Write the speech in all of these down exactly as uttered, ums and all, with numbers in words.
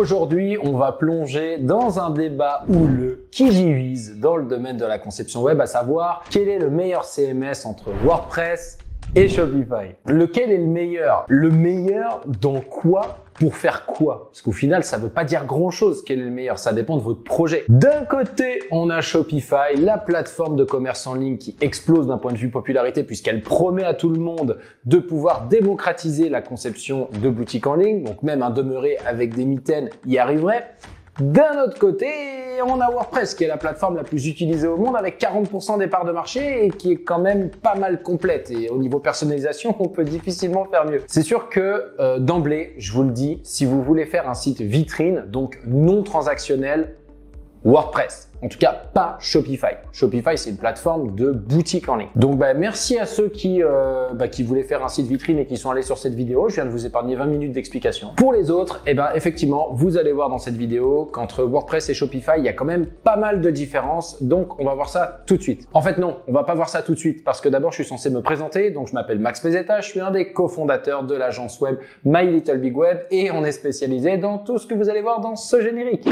Aujourd'hui, on va plonger dans un débat houleux qui divise dans le domaine de la conception web, à savoir quel est le meilleur C M S entre WordPress et Shopify. Lequel est le meilleur? Le meilleur dans quoi? Pour faire quoi? Parce qu'au final, ça veut pas dire grand-chose quel est le meilleur, ça dépend de votre projet. D'un côté, on a Shopify, la plateforme de commerce en ligne qui explose d'un point de vue popularité puisqu'elle promet à tout le monde de pouvoir démocratiser la conception de boutiques en ligne, donc même un demeuré avec des mitaines y arriverait. D'un autre côté, on a WordPress qui est la plateforme la plus utilisée au monde avec quarante pour cent des parts de marché et qui est quand même pas mal complète. Et au niveau personnalisation, on peut difficilement faire mieux. C'est sûr que euh, d'emblée, je vous le dis, si vous voulez faire un site vitrine, donc non transactionnel, WordPress. En tout cas, pas Shopify. Shopify, c'est une plateforme de boutique en ligne. Donc, bah, merci à ceux qui, euh, bah, qui voulaient faire un site vitrine et qui sont allés sur cette vidéo. Je viens de vous épargner vingt minutes d'explication. Pour les autres, eh ben, effectivement, vous allez voir dans cette vidéo qu'entre WordPress et Shopify, il y a quand même pas mal de différences. Donc, on va voir ça tout de suite. En fait, non, on va pas voir ça tout de suite parce que d'abord, je suis censé me présenter. Donc, je m'appelle Max Pezzetta. Je suis un des cofondateurs de l'agence web My Little Big Web et on est spécialisé dans tout ce que vous allez voir dans ce générique.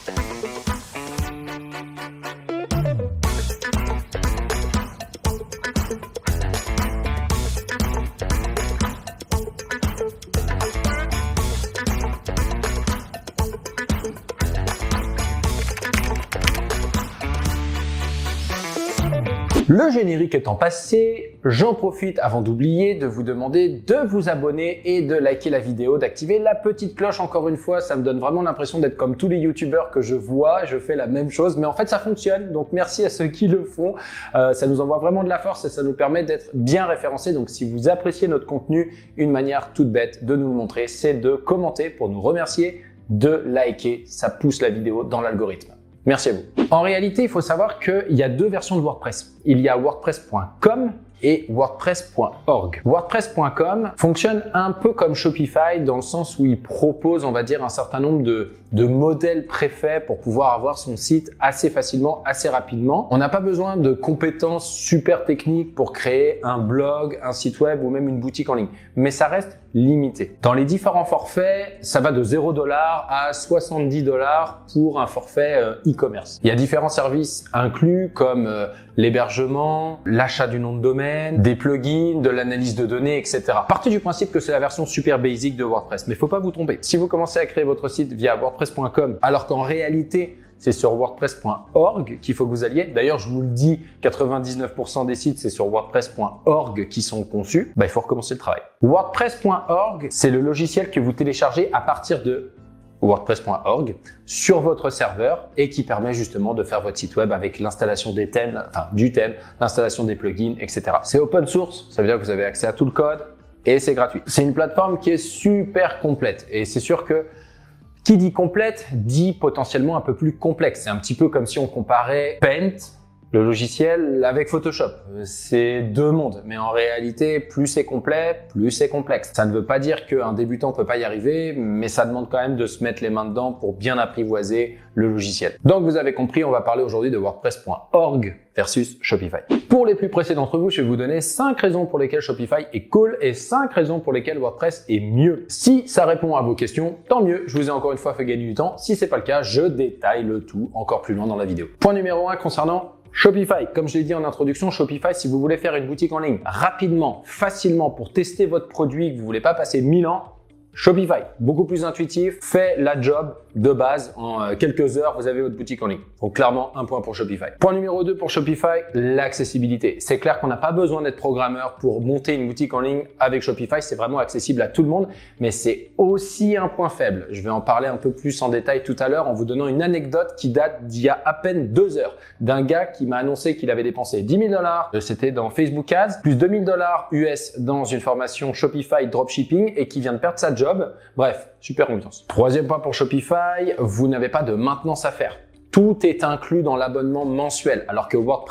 Le générique étant passé, j'en profite avant d'oublier de vous demander de vous abonner et de liker la vidéo, d'activer la petite cloche. Encore une fois, ça me donne vraiment l'impression d'être comme tous les youtubeurs que je vois, je fais la même chose, mais en fait ça fonctionne, donc merci à ceux qui le font. Euh, ça nous envoie vraiment de la force et ça nous permet d'être bien référencés. Donc si vous appréciez notre contenu, une manière toute bête de nous le montrer, c'est de commenter pour nous remercier, de liker, ça pousse la vidéo dans l'algorithme. Merci à vous. En réalité, il faut savoir qu'il y a deux versions de WordPress. Il y a WordPress point com et WordPress point org. WordPress point com fonctionne un peu comme Shopify dans le sens où il propose, on va dire, un certain nombre de, de modèles préfaits pour pouvoir avoir son site assez facilement, assez rapidement. On n'a pas besoin de compétences super techniques pour créer un blog, un site web ou même une boutique en ligne, mais ça reste limité. Dans les différents forfaits, ça va de zéro dollar à soixante-dix dollars pour un forfait euh, e-commerce. Il y a différents services inclus comme euh, l'hébergement, l'achat du nom de domaine, des plugins, de l'analyse de données, et cetera. Partez du principe que c'est la version super basic de WordPress, mais il ne faut pas vous tromper. Si vous commencez à créer votre site via WordPress point com, alors qu'en réalité, c'est sur WordPress point org qu'il faut que vous alliez. D'ailleurs, je vous le dis, quatre-vingt-dix-neuf pour cent des sites, c'est sur WordPress point org qui sont conçus. Bah, il faut recommencer le travail. WordPress point org, c'est le logiciel que vous téléchargez à partir de WordPress point org sur votre serveur et qui permet justement de faire votre site web avec l'installation des thèmes, enfin du thème, l'installation des plugins, et cetera. C'est open source, ça veut dire que vous avez accès à tout le code et c'est gratuit. C'est une plateforme qui est super complète et c'est sûr que qui dit complète dit potentiellement un peu plus complexe. C'est un petit peu comme si on comparait Paint, le logiciel, avec Photoshop. C'est deux mondes, mais en réalité, plus c'est complet, plus c'est complexe. Ça ne veut pas dire qu'un débutant peut pas y arriver, mais ça demande quand même de se mettre les mains dedans pour bien apprivoiser le logiciel. Donc vous avez compris, on va parler aujourd'hui de WordPress point org versus Shopify. Pour les plus pressés d'entre vous, je vais vous donner cinq raisons pour lesquelles Shopify est cool et cinq raisons pour lesquelles WordPress est mieux. Si ça répond à vos questions, tant mieux, je vous ai encore une fois fait gagner du temps. Si c'est pas le cas, je détaille le tout encore plus loin dans la vidéo. Point numéro un concernant Shopify. Comme je l'ai dit en introduction, Shopify, si vous voulez faire une boutique en ligne rapidement, facilement pour tester votre produit, que vous voulez pas passer mille ans, Shopify, beaucoup plus intuitif, fait la job de base. En quelques heures, vous avez votre boutique en ligne. Donc clairement, un point pour Shopify. Point numéro deux pour Shopify, l'accessibilité. C'est clair qu'on n'a pas besoin d'être programmeur pour monter une boutique en ligne avec Shopify. C'est vraiment accessible à tout le monde, mais c'est aussi un point faible. Je vais en parler un peu plus en détail tout à l'heure en vous donnant une anecdote qui date d'il y a à peine deux heures d'un gars qui m'a annoncé qu'il avait dépensé dix mille dollars. C'était dans Facebook Ads, plus deux mille dollars U S dans une formation Shopify Dropshipping et qui vient de perdre sa job. Bref, super ambiance. Troisième point pour Shopify, vous n'avez pas de maintenance à faire. Tout est inclus dans l'abonnement mensuel, alors que WordPress,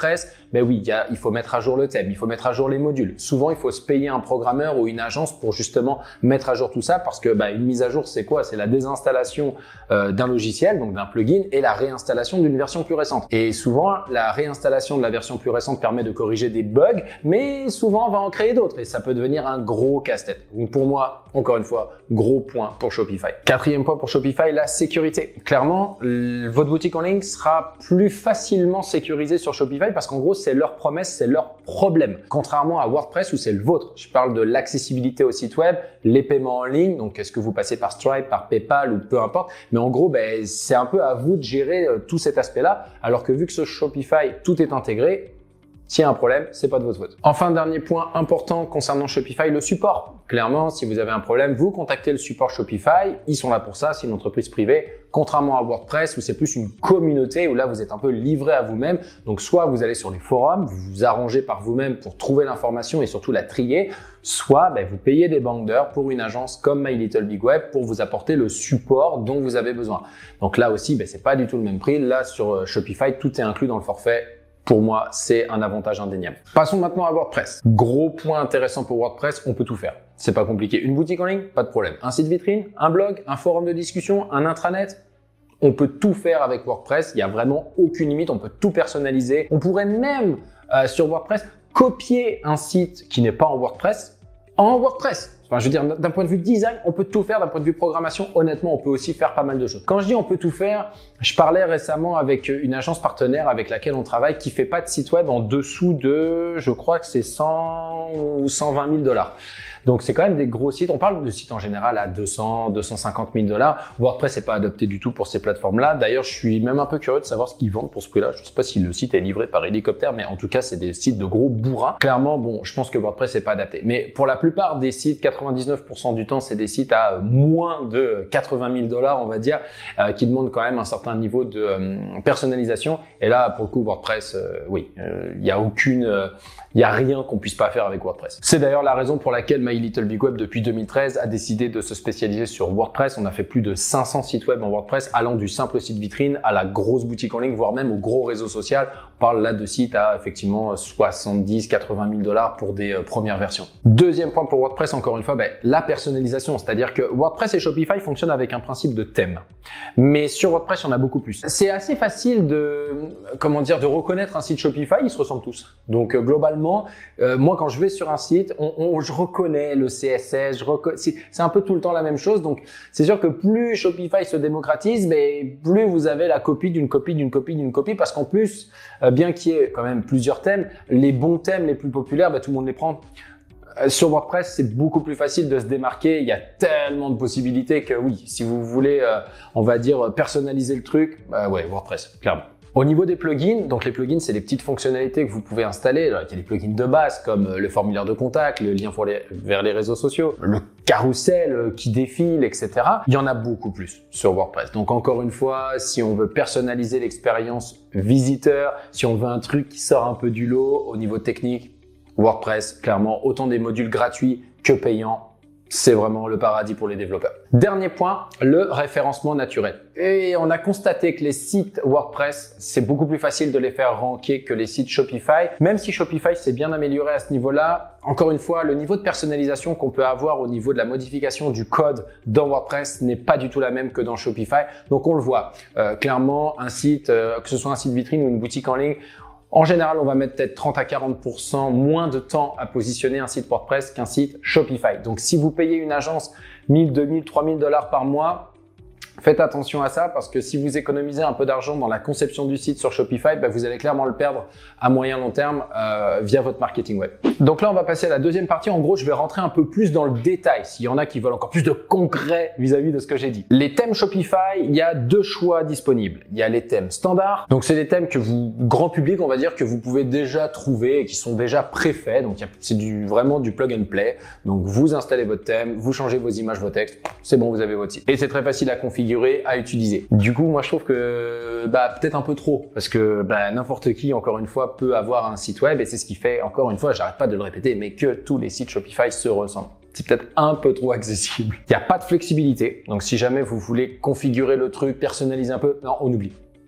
Mais oui, il, y a, il faut mettre à jour le thème, il faut mettre à jour les modules. Souvent, il faut se payer un programmeur ou une agence pour justement mettre à jour tout ça parce que bah, une mise à jour, c'est quoi? C'est la désinstallation euh, d'un logiciel, donc d'un plugin, et la réinstallation d'une version plus récente. Et souvent, la réinstallation de la version plus récente permet de corriger des bugs, mais souvent, on va en créer d'autres et ça peut devenir un gros casse-tête. Donc pour moi, encore une fois, gros point pour Shopify. Quatrième point pour Shopify, la sécurité. Clairement, votre boutique en ligne sera plus facilement sécurisée sur Shopify parce qu'en gros, c'est leur promesse, c'est leur problème. Contrairement à WordPress où c'est le vôtre. Je parle de l'accessibilité au site web, les paiements en ligne, donc est-ce que vous passez par Stripe, par PayPal ou peu importe. Mais en gros, ben, c'est un peu à vous de gérer euh, tout cet aspect-là. Alors que vu que ce Shopify, tout est intégré, s'il y a un problème, c'est pas de votre faute. Enfin, dernier point important concernant Shopify, le support. Clairement, si vous avez un problème, vous contactez le support Shopify. Ils sont là pour ça, c'est une entreprise privée. Contrairement à WordPress où c'est plus une communauté où là, vous êtes un peu livré à vous-même. Donc, soit vous allez sur les forums, vous vous arrangez par vous-même pour trouver l'information et surtout la trier. Soit ben, vous payez des vendeurs pour une agence comme My Little Big Web pour vous apporter le support dont vous avez besoin. Donc là aussi, ben, c'est pas du tout le même prix. Là, sur Shopify, tout est inclus dans le forfait. Pour moi, c'est un avantage indéniable. Passons maintenant à WordPress. Gros point intéressant pour WordPress, on peut tout faire. C'est pas compliqué. Une boutique en ligne, pas de problème. Un site vitrine, un blog, un forum de discussion, un intranet, on peut tout faire avec WordPress. Il n'y a vraiment aucune limite. On peut tout personnaliser. On pourrait même, euh, sur WordPress, copier un site qui n'est pas en WordPress en WordPress. Enfin, je veux dire, d'un point de vue design, on peut tout faire. D'un point de vue programmation, honnêtement, on peut aussi faire pas mal de choses. Quand je dis on peut tout faire, je parlais récemment avec une agence partenaire avec laquelle on travaille qui fait pas de site web en dessous de, je crois que c'est cent ou cent vingt mille dollars. Donc, c'est quand même des gros sites. On parle de sites en général à deux cents, deux cent cinquante mille dollars. WordPress n'est pas adapté du tout pour ces plateformes-là. D'ailleurs, je suis même un peu curieux de savoir ce qu'ils vendent pour ce prix-là. Je ne sais pas si le site est livré par hélicoptère, mais en tout cas, c'est des sites de gros bourrins. Clairement, bon, je pense que WordPress n'est pas adapté. Mais pour la plupart des sites, quatre-vingt-dix-neuf pour cent du temps, c'est des sites à moins de quatre-vingt mille dollars, on va dire, euh, qui demandent quand même un certain niveau de euh, personnalisation. Et là, pour le coup, WordPress, euh, oui, il euh, n'y a aucune, il euh, y a rien qu'on puisse pas faire avec WordPress. C'est d'ailleurs la raison pour laquelle My Little Big Web, depuis deux mille treize, a décidé de se spécialiser sur WordPress. On a fait plus de cinq cents sites web en WordPress, allant du simple site vitrine à la grosse boutique en ligne, voire même au gros réseau social. On parle là de sites à effectivement soixante-dix, quatre-vingt mille dollars pour des euh, premières versions. Deuxième point pour WordPress, encore une fois, ben, la personnalisation. C'est-à-dire que WordPress et Shopify fonctionnent avec un principe de thème. Mais sur WordPress, il y en a beaucoup plus. C'est assez facile de, comment dire, de reconnaître un site Shopify. Ils se ressemblent tous. Donc, euh, globalement, euh, moi, quand je vais sur un site, on, on, je reconnais le C S S, je reconnais, c'est un peu tout le temps la même chose. Donc, c'est sûr que plus Shopify se démocratise, mais plus vous avez la copie d'une copie d'une copie d'une copie, parce qu'en plus, euh, bien qu'il y ait quand même plusieurs thèmes, les bons thèmes les plus populaires, bah, tout le monde les prend. Euh, sur WordPress, c'est beaucoup plus facile de se démarquer. Il y a tellement de possibilités que oui, si vous voulez, euh, on va dire, personnaliser le truc, bah ouais, WordPress, clairement. Au niveau des plugins, donc les plugins, c'est les petites fonctionnalités que vous pouvez installer. Alors, il y a des plugins de base comme le formulaire de contact, le lien pour les, vers les réseaux sociaux, le carrousel qui défile, et cetera. Il y en a beaucoup plus sur WordPress. Donc encore une fois, si on veut personnaliser l'expérience visiteur, si on veut un truc qui sort un peu du lot au niveau technique, WordPress, clairement, autant des modules gratuits que payants. C'est vraiment le paradis pour les développeurs. Dernier point, le référencement naturel. Et on a constaté que les sites WordPress, c'est beaucoup plus facile de les faire ranker que les sites Shopify. Même si Shopify s'est bien amélioré à ce niveau-là, encore une fois, le niveau de personnalisation qu'on peut avoir au niveau de la modification du code dans WordPress n'est pas du tout la même que dans Shopify. Donc on le voit, euh, clairement, un site, euh, que ce soit un site vitrine ou une boutique en ligne, en général, on va mettre peut-être trente à quarante pour cent moins de temps à positionner un site WordPress qu'un site Shopify. Donc, si vous payez une agence mille, deux mille, trois mille dollars par mois, faites attention à ça parce que si vous économisez un peu d'argent dans la conception du site sur Shopify, bah, vous allez clairement le perdre à moyen long terme euh, via votre marketing web. Donc là, on va passer à la deuxième partie. En gros, je vais rentrer un peu plus dans le détail s'il y en a qui veulent encore plus de concret vis-à-vis de ce que j'ai dit. Les thèmes Shopify, il y a deux choix disponibles. Il y a les thèmes standards. Donc, c'est des thèmes que vous, grand public, on va dire, que vous pouvez déjà trouver et qui sont déjà préfaits. Donc, c'est du, vraiment du plug and play. Donc, vous installez votre thème, vous changez vos images, vos textes. C'est bon, vous avez votre site. Et c'est très facile à configurer, à utiliser. Du coup, moi, je trouve que bah, peut-être un peu trop parce que bah, n'importe qui, encore une fois, peut avoir un site web et c'est ce qui fait, encore une fois, j'arrête pas de le répéter, mais que tous les sites Shopify se ressemblent. C'est peut-être un peu trop accessible. Il n'y a pas de flexibilité. Donc, si jamais vous voulez configurer le truc, personnaliser un peu, non, on oublie.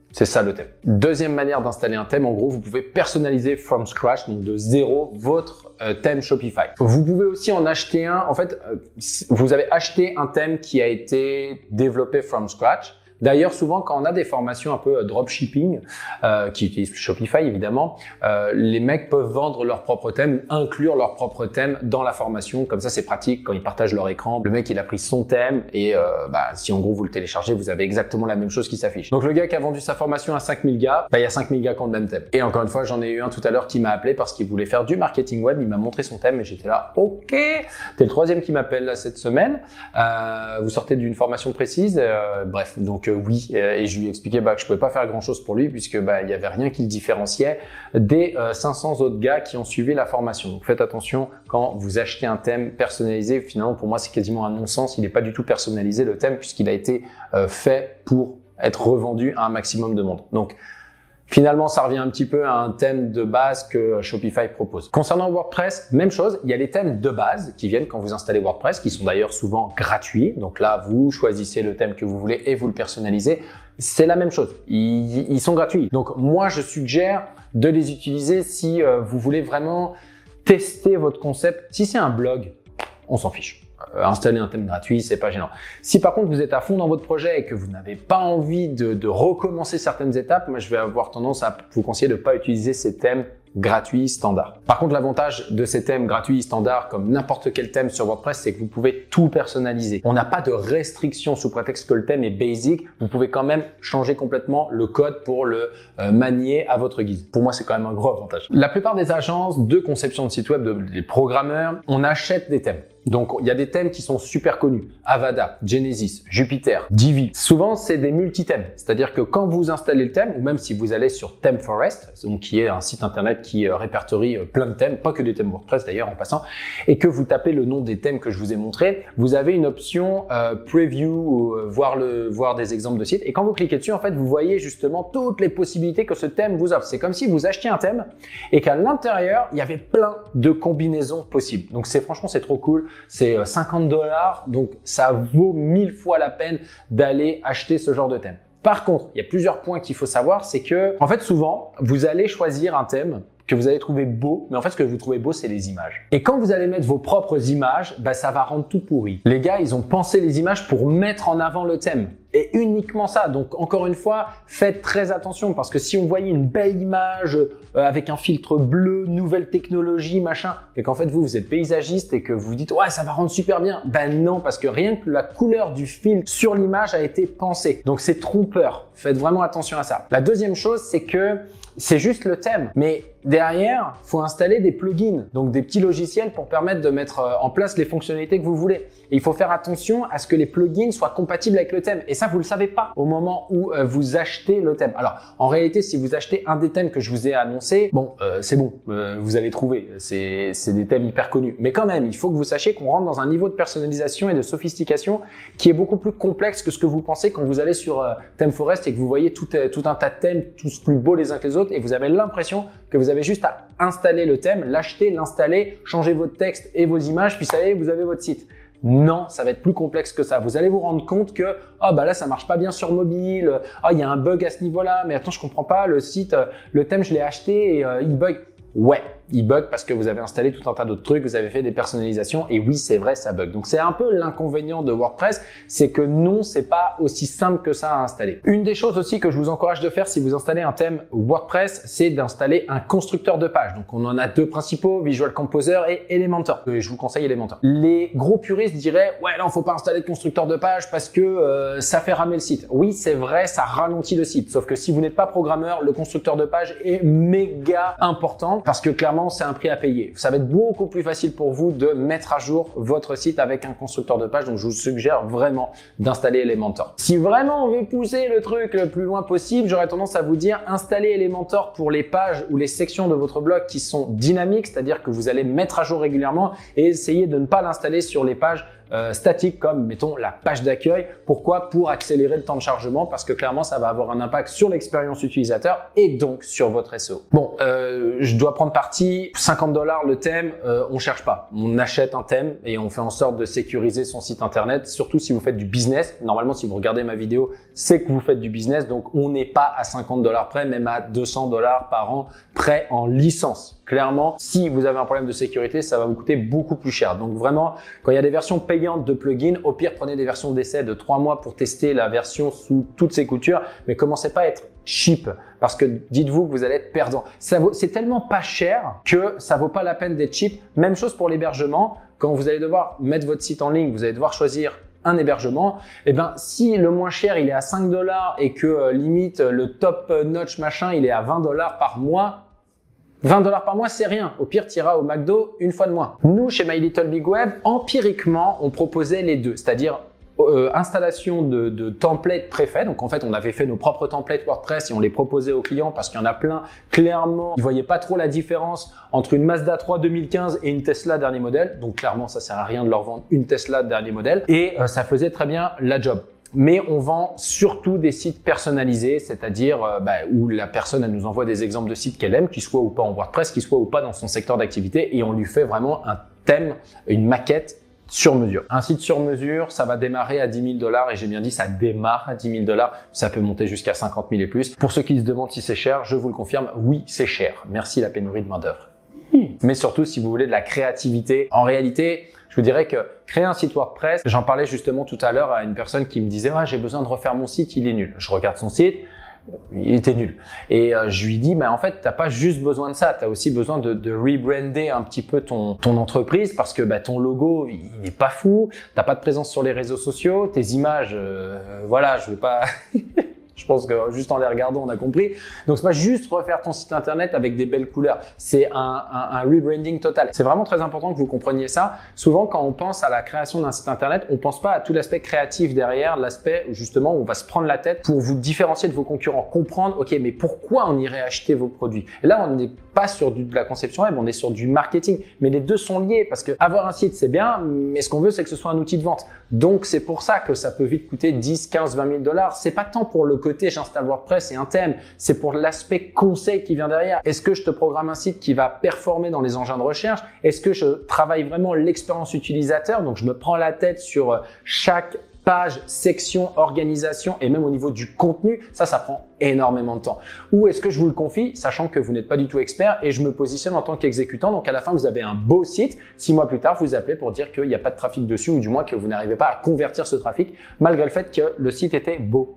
C'est ça le thème. Deuxième manière d'installer un thème, en gros, vous pouvez personnaliser from scratch, donc de zéro, votre euh, thème Shopify. Vous pouvez aussi en acheter un. En fait, euh, vous avez acheté un thème qui a été développé from scratch. D'ailleurs, souvent, quand on a des formations un peu dropshipping, euh, qui utilisent Shopify, évidemment, euh, les mecs peuvent vendre leur propre thème, inclure leur propre thème dans la formation. Comme ça, c'est pratique quand ils partagent leur écran. Le mec, il a pris son thème et euh, bah, si en gros, vous le téléchargez, vous avez exactement la même chose qui s'affiche. Donc, le gars qui a vendu sa formation à cinq mille gars, bah, il y a cinq mille gars qui ont le même thème. Et encore une fois, j'en ai eu un tout à l'heure qui m'a appelé parce qu'il voulait faire du marketing web. Il m'a montré son thème et j'étais là, OK. T'es le troisième qui m'appelle là cette semaine. Euh, vous sortez d'une formation précise. Euh, bref, donc oui, et je lui ai expliqué bah, que je pouvais pas faire grand chose pour lui puisque bah, il y avait rien qui le différenciait des euh, cinq cents autres gars qui ont suivi la formation. Donc faites attention quand vous achetez un thème personnalisé. Finalement, pour moi, c'est quasiment un non-sens. Il n'est pas du tout personnalisé le thème puisqu'il a été euh, fait pour être revendu à un maximum de monde. Donc finalement, ça revient un petit peu à un thème de base que Shopify propose. Concernant WordPress, même chose, il y a les thèmes de base qui viennent quand vous installez WordPress, qui sont d'ailleurs souvent gratuits. Donc là, vous choisissez le thème que vous voulez et vous le personnalisez. C'est la même chose, ils, ils sont gratuits. Donc moi, je suggère de les utiliser si euh, vous voulez vraiment tester votre concept. Si c'est un blog, on s'en fiche. Euh, installer un thème gratuit, c'est pas gênant. Si par contre vous êtes à fond dans votre projet et que vous n'avez pas envie de, de recommencer certaines étapes, moi je vais avoir tendance à vous conseiller de ne pas utiliser ces thèmes gratuits standards. Par contre, l'avantage de ces thèmes gratuits standards, comme n'importe quel thème sur WordPress, c'est que vous pouvez tout personnaliser. On n'a pas de restriction sous prétexte que le thème est basic. Vous pouvez quand même changer complètement le code pour le euh, manier à votre guise. Pour moi, c'est quand même un gros avantage. La plupart des agences de conception de sites web, de, des programmeurs, on achète des thèmes. Donc, il y a des thèmes qui sont super connus. Avada, Genesis, Jupyter, Divi. Souvent, c'est des multi-thèmes. C'est-à-dire que quand vous installez le thème, ou même si vous allez sur ThemeForest, donc qui est un site internet qui euh, répertorie euh, plein de thèmes, pas que des thèmes WordPress d'ailleurs en passant, et que vous tapez le nom des thèmes que je vous ai montré, vous avez une option euh, Preview, euh, voir, le, voir des exemples de sites. Et quand vous cliquez dessus, en fait, vous voyez justement toutes les possibilités que ce thème vous offre. C'est comme si vous achetiez un thème et qu'à l'intérieur, il y avait plein de combinaisons possibles. Donc, c'est franchement, c'est trop cool. C'est cinquante dollars, donc ça vaut mille fois la peine d'aller acheter ce genre de thème. Par contre, il y a plusieurs points qu'il faut savoir, c'est que, en fait, souvent, vous allez choisir un thème que vous allez trouver beau, mais en fait, ce que vous trouvez beau, c'est les images. Et quand vous allez mettre vos propres images, bah, ça va rendre tout pourri. Les gars, ils ont pensé les images pour mettre en avant le thème. Et uniquement ça. Donc, encore une fois, faites très attention parce que si on voyait une belle image euh, avec un filtre bleu, nouvelle technologie, machin, et qu'en fait, vous, vous êtes paysagiste et que vous dites « Ouais, ça va rendre super bien », ben non, parce que rien que la couleur du filtre sur l'image a été pensée. Donc, c'est trompeur. Faites vraiment attention à ça. La deuxième chose, c'est que c'est juste le thème. Mais derrière, faut installer des plugins, donc des petits logiciels pour permettre de mettre en place les fonctionnalités que vous voulez. Et il faut faire attention à ce que les plugins soient compatibles avec le thème. Et ça, vous le savez pas au moment où euh, vous achetez le thème. Alors, en réalité, si vous achetez un des thèmes que je vous ai annoncé, bon, euh, c'est bon, euh, vous allez trouver. C'est, c'est des thèmes hyper connus. Mais quand même, il faut que vous sachiez qu'on rentre dans un niveau de personnalisation et de sophistication qui est beaucoup plus complexe que ce que vous pensez quand vous allez sur euh, ThemeForest et que vous voyez tout, euh, tout un tas de thèmes, tous plus beaux les uns que les autres, et vous avez l'impression que vous avez juste à installer le thème, l'acheter, l'installer, changer votre texte et vos images, puis ça y est, vous avez votre site. Non, ça va être plus complexe que ça. Vous allez vous rendre compte que ah oh, bah là ça marche pas bien sur mobile, ah oh, il y a un bug à ce niveau-là, mais attends je comprends pas, le site, le thème je l'ai acheté et euh, il bug. Ouais, il bug parce que vous avez installé tout un tas d'autres trucs, vous avez fait des personnalisations et oui, c'est vrai, ça bug. Donc c'est un peu l'inconvénient de WordPress, c'est que non, c'est pas aussi simple que ça à installer. Une des choses aussi que je vous encourage de faire si vous installez un thème WordPress, c'est d'installer un constructeur de page. Donc on en a deux principaux, Visual Composer et Elementor. Et je vous conseille Elementor. Les gros puristes diraient ouais, là, faut pas installer de constructeur de page parce que euh, ça fait ramer le site. Oui, c'est vrai, ça ralentit le site. Sauf que si vous n'êtes pas programmeur, le constructeur de page est méga important. Parce que clairement, c'est un prix à payer. Ça va être beaucoup plus facile pour vous de mettre à jour votre site avec un constructeur de page. Donc, je vous suggère vraiment d'installer Elementor. Si vraiment on veut pousser le truc le plus loin possible, j'aurais tendance à vous dire installez Elementor pour les pages ou les sections de votre blog qui sont dynamiques, c'est-à-dire que vous allez mettre à jour régulièrement et essayez de ne pas l'installer sur les pages euh, statiques comme, mettons, la page d'accueil. Pourquoi? Pour accélérer le temps de chargement, parce que clairement, ça va avoir un impact sur l'expérience utilisateur et donc sur votre S E O. Bon, euh, je dois prendre parti. cinquante dollars le thème, euh, on cherche pas. On achète un thème et on fait en sorte de sécuriser son site internet, surtout si vous faites du business. Normalement, si vous regardez ma vidéo, c'est que vous faites du business. Donc, on n'est pas à cinquante dollars près, même à deux cents dollars par an près en licence. Clairement, si vous avez un problème de sécurité, ça va vous coûter beaucoup plus cher. Donc vraiment, quand il y a des versions payantes de plugins, au pire, prenez des versions d'essai de trois mois pour tester la version sous toutes ses coutures, mais commencez pas à être cheap parce que dites-vous que vous allez être perdant. Ça vaut, c'est tellement pas cher que ça vaut pas la peine d'être cheap. Même chose pour l'hébergement. Quand vous allez devoir mettre votre site en ligne, vous allez devoir choisir un hébergement, et eh ben si le moins cher il est à cinq dollars et que euh, limite le top notch machin il est à vingt dollars par mois, vingt dollars par mois c'est rien. Au pire tu iras au McDo une fois de moins. Nous chez My Little Big Web, empiriquement on proposait les deux, c'est-à-dire Euh, installation de, de templates préfaits. Donc en fait, on avait fait nos propres templates WordPress et on les proposait aux clients parce qu'il y en a plein. Clairement, ils voyaient pas trop la différence entre une Mazda trois deux mille quinze et une Tesla dernier modèle. Donc clairement, ça sert à rien de leur vendre une Tesla dernier modèle. Et euh, ça faisait très bien la job. Mais on vend surtout des sites personnalisés, c'est-à-dire euh, bah, où la personne elle nous envoie des exemples de sites qu'elle aime, qu'ils soient ou pas en WordPress, qu'ils soient ou pas dans son secteur d'activité, et on lui fait vraiment un thème, une maquette sur mesure. Un site sur mesure, ça va démarrer à dix mille dollars et j'ai bien dit ça démarre à dix mille dollars. Ça peut monter jusqu'à cinquante mille et plus. Pour ceux qui se demandent si c'est cher, je vous le confirme, oui, c'est cher. Merci la pénurie de main d'œuvre. Mais surtout si vous voulez de la créativité. En réalité, je vous dirais que créer un site WordPress, j'en parlais justement tout à l'heure à une personne qui me disait ah, j'ai besoin de refaire mon site, il est nul. Je regarde son site. Il était nul. Et euh, je lui dis, bah, en fait, t'as pas juste besoin de ça, tu as aussi besoin de, de rebrander un petit peu ton, ton entreprise parce que bah, ton logo, il n'est pas fou, t'as pas de présence sur les réseaux sociaux, tes images, euh, voilà, je vais pas... Je pense que juste en les regardant, on a compris. Donc, c'est pas juste refaire ton site internet avec des belles couleurs. C'est un, un, un rebranding total. C'est vraiment très important que vous compreniez ça. Souvent, quand on pense à la création d'un site internet, on pense pas à tout l'aspect créatif derrière, l'aspect justement où on va se prendre la tête pour vous différencier de vos concurrents, comprendre, ok, mais pourquoi on irait acheter vos produits? Et là, on n'est pas sur du, de la conception web, on est sur du marketing. Mais les deux sont liés parce que avoir un site, c'est bien, mais ce qu'on veut, c'est que ce soit un outil de vente. Donc, c'est pour ça que ça peut vite coûter dix, quinze, vingt mille dollars. C'est pas tant pour le côté j'installe WordPress et un thème, c'est pour l'aspect conseil qui vient derrière. Est-ce que je te programme un site qui va performer dans les engins de recherche? Est-ce que je travaille vraiment l'expérience utilisateur? Donc, je me prends la tête sur chaque page, section, organisation et même au niveau du contenu. Ça, ça prend énormément de temps. Ou est-ce que je vous le confie, sachant que vous n'êtes pas du tout expert et je me positionne en tant qu'exécutant. Donc, à la fin, vous avez un beau site. Six mois plus tard, vous appelez pour dire qu'il n'y a pas de trafic dessus ou du moins que vous n'arrivez pas à convertir ce trafic malgré le fait que le site était beau.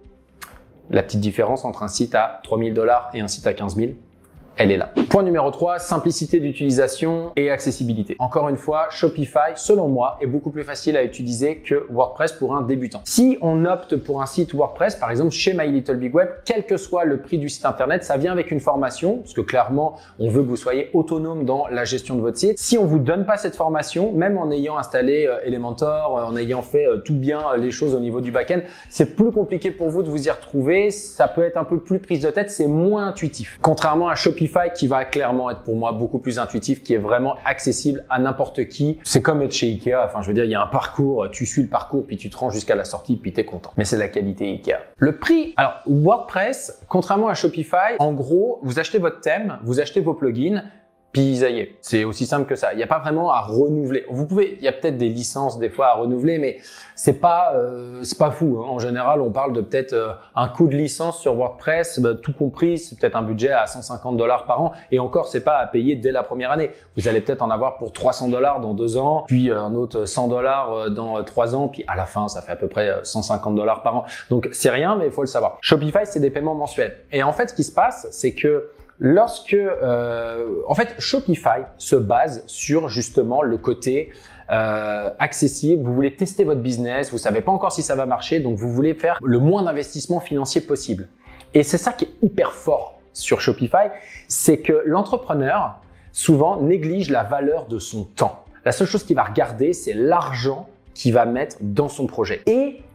La petite différence entre un site à trois mille dollars et un site à quinze mille, elle est là. Point numéro trois, simplicité d'utilisation et accessibilité. Encore une fois, Shopify, selon moi, est beaucoup plus facile à utiliser que WordPress pour un débutant. Si on opte pour un site WordPress, par exemple chez My Little Big Web, quel que soit le prix du site internet, ça vient avec une formation, parce que clairement, on veut que vous soyez autonome dans la gestion de votre site. Si on vous donne pas cette formation, même en ayant installé euh, Elementor, euh, en ayant fait euh, tout bien euh, les choses au niveau du back-end, c'est plus compliqué pour vous de vous y retrouver. Ça peut être un peu plus prise de tête, c'est moins intuitif. Contrairement à Shopify, qui va clairement être pour moi beaucoup plus intuitif, qui est vraiment accessible à n'importe qui. C'est comme être chez Ikea. Enfin, je veux dire, il y a un parcours, tu suis le parcours, puis tu te rends jusqu'à la sortie, puis t'es content. Mais c'est la qualité Ikea. Le prix, alors WordPress, contrairement à Shopify, en gros, vous achetez votre thème, vous achetez vos plugins, puis ça y est, c'est aussi simple que ça. Il n'y a pas vraiment à renouveler. Vous pouvez, il y a peut-être des licences des fois à renouveler, mais c'est pas, euh, c'est pas fou. Hein. En général, on parle de peut-être euh, un coût de licence sur WordPress, bah, tout compris, c'est peut-être un budget à cent cinquante dollars par an. Et encore, c'est pas à payer dès la première année. Vous allez peut-être en avoir pour trois cents dollars dans deux ans, puis un autre cent dollars dans trois ans, puis à la fin, ça fait à peu près cent cinquante dollars par an. Donc c'est rien, mais il faut le savoir. Shopify, c'est des paiements mensuels. Et en fait, ce qui se passe, c'est que Lorsque, euh, en fait, Shopify se base sur justement le côté euh, accessible. Vous voulez tester votre business, vous savez pas encore si ça va marcher, donc vous voulez faire le moins d'investissement financier possible. Et c'est ça qui est hyper fort sur Shopify, c'est que l'entrepreneur souvent néglige la valeur de son temps. La seule chose qu'il va regarder, c'est l'argent qu'il va mettre dans son projet. Et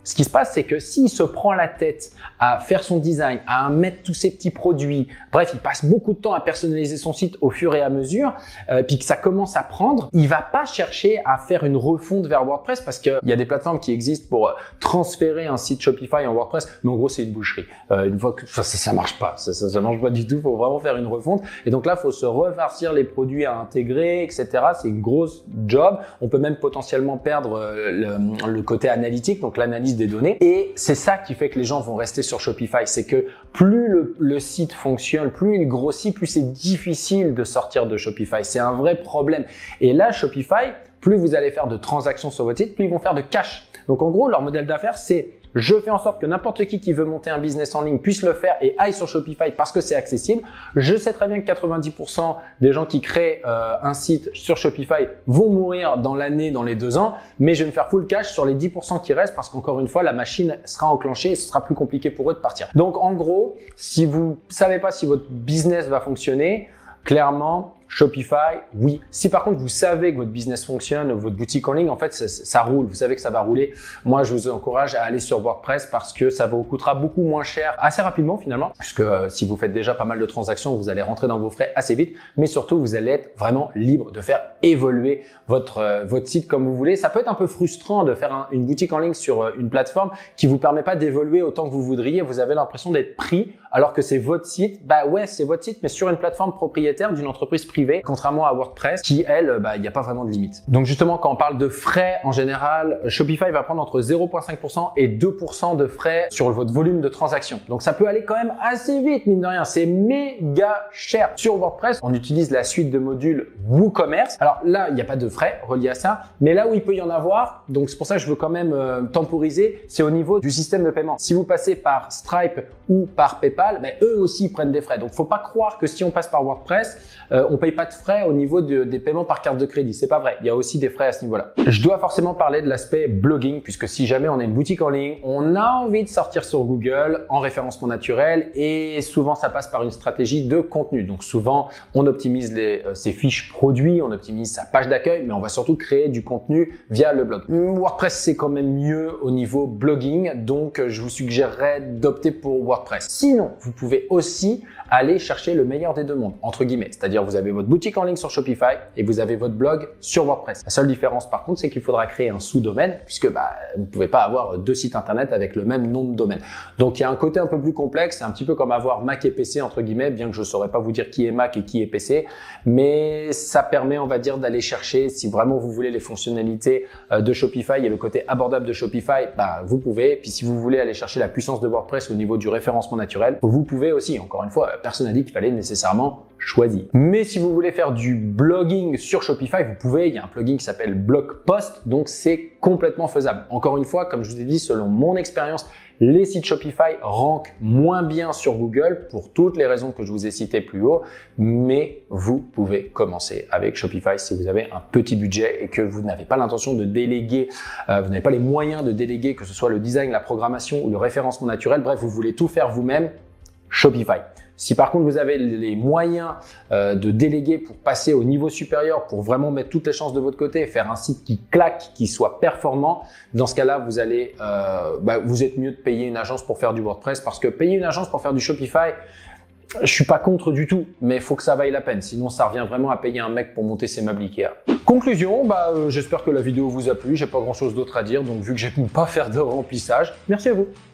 Ce qui se passe, c'est que s'il se prend la tête à faire son design, à mettre tous ses petits produits, bref, il passe beaucoup de temps à personnaliser son site au fur et à mesure, euh, puis que ça commence à prendre, il va pas chercher à faire une refonte vers WordPress parce qu'il y a des plateformes qui existent pour transférer un site Shopify en WordPress, mais en gros, c'est une boucherie. Euh, une fois que ça, ça, ça marche pas, ça, ça, ça marche pas du tout. Il faut vraiment faire une refonte. Et donc là, il faut se refarcir les produits à intégrer, et cetera. C'est une grosse job. On peut même potentiellement perdre le, le côté analytique, donc l'analyse des données. Et c'est ça qui fait que les gens vont rester sur Shopify. C'est que plus le, le site fonctionne, plus il grossit, plus c'est difficile de sortir de Shopify. C'est un vrai problème. Et là, Shopify, plus vous allez faire de transactions sur votre site, plus ils vont faire de cash. Donc en gros, leur modèle d'affaires, c'est je fais en sorte que n'importe qui qui veut monter un business en ligne puisse le faire et aille sur Shopify parce que c'est accessible. Je sais très bien que quatre-vingt-dix pour cent des gens qui créent euh, un site sur Shopify vont mourir dans l'année, dans les deux ans, mais je vais me faire full cash sur les dix pour cent qui restent parce qu'encore une fois, la machine sera enclenchée et ce sera plus compliqué pour eux de partir. Donc en gros, si vous savez pas si votre business va fonctionner, clairement, Shopify, oui. Si par contre vous savez que votre business fonctionne, votre boutique en ligne, en fait, ça, ça roule. Vous savez que ça va rouler. Moi, je vous encourage à aller sur WordPress parce que ça vous coûtera beaucoup moins cher assez rapidement finalement, puisque euh, si vous faites déjà pas mal de transactions, vous allez rentrer dans vos frais assez vite. Mais surtout, vous allez être vraiment libre de faire évoluer votre euh, votre site comme vous voulez. Ça peut être un peu frustrant de faire un, une boutique en ligne sur euh, une plateforme qui vous permet pas d'évoluer autant que vous voudriez. Vous avez l'impression d'être pris alors que c'est votre site. Bah ouais, c'est votre site, mais sur une plateforme propriétaire d'une entreprise privée, contrairement à WordPress qui, elle, bah, il n'y a pas vraiment de limite. Donc justement, quand on parle de frais en général, Shopify va prendre entre zéro virgule cinq pour cent et deux pour cent de frais sur votre volume de transactions. Donc ça peut aller quand même assez vite, mine de rien. C'est méga cher. Sur WordPress, on utilise la suite de modules WooCommerce. Alors là, il n'y a pas de frais reliés à ça, mais là où il peut y en avoir, donc c'est pour ça que je veux quand même euh, temporiser, c'est au niveau du système de paiement. Si vous passez par Stripe ou par PayPal, ben, eux aussi prennent des frais. Donc faut pas croire que si on passe par WordPress, euh, on paye pas de frais au niveau de, des paiements par carte de crédit. C'est pas vrai. Il y a aussi des frais à ce niveau-là. Je dois forcément parler de l'aspect blogging puisque si jamais on a une boutique en ligne, on a envie de sortir sur Google en référencement naturel et souvent ça passe par une stratégie de contenu. Donc souvent on optimise les, euh, ses fiches produits, on optimise sa page d'accueil, mais on va surtout créer du contenu via le blog. WordPress c'est quand même mieux au niveau blogging, donc je vous suggérerais d'opter pour WordPress. Sinon, vous pouvez aussi aller chercher le meilleur des deux mondes, entre guillemets. C'est-à-dire vous avez votre boutique en ligne sur Shopify et vous avez votre blog sur WordPress. La seule différence par contre, c'est qu'il faudra créer un sous-domaine puisque bah, vous ne pouvez pas avoir deux sites internet avec le même nom de domaine. Donc il y a un côté un peu plus complexe, c'est un petit peu comme avoir Mac et P C entre guillemets, bien que je ne saurais pas vous dire qui est Mac et qui est P C, mais ça permet, on va dire, d'aller chercher, si vraiment vous voulez les fonctionnalités de Shopify et le côté abordable de Shopify, bah, vous pouvez. Puis si vous voulez aller chercher la puissance de WordPress au niveau du référencement naturel, vous pouvez aussi. Encore une fois, personne n'a dit qu'il fallait nécessairement choisir. Mais si vous voulez faire du blogging sur Shopify, vous pouvez. Il y a un plugin qui s'appelle Blog Post, donc c'est complètement faisable. Encore une fois, comme je vous ai dit, selon mon expérience, les sites Shopify rankent moins bien sur Google pour toutes les raisons que je vous ai citées plus haut, mais vous pouvez commencer avec Shopify si vous avez un petit budget et que vous n'avez pas l'intention de déléguer, euh, vous n'avez pas les moyens de déléguer, que ce soit le design, la programmation ou le référencement naturel, bref, vous voulez tout faire vous-même, Shopify. Si par contre vous avez les moyens euh, de déléguer pour passer au niveau supérieur, pour vraiment mettre toutes les chances de votre côté, faire un site qui claque, qui soit performant, dans ce cas-là, vous allez, euh, bah, vous êtes mieux de payer une agence pour faire du WordPress parce que payer une agence pour faire du Shopify, je suis pas contre du tout, mais il faut que ça vaille la peine. Sinon, ça revient vraiment à payer un mec pour monter ses meubles Ikea. Conclusion, bah, euh, j'espère que la vidéo vous a plu. J'ai pas grand-chose d'autre à dire, donc vu que j'ai pu pas faire de remplissage, merci à vous.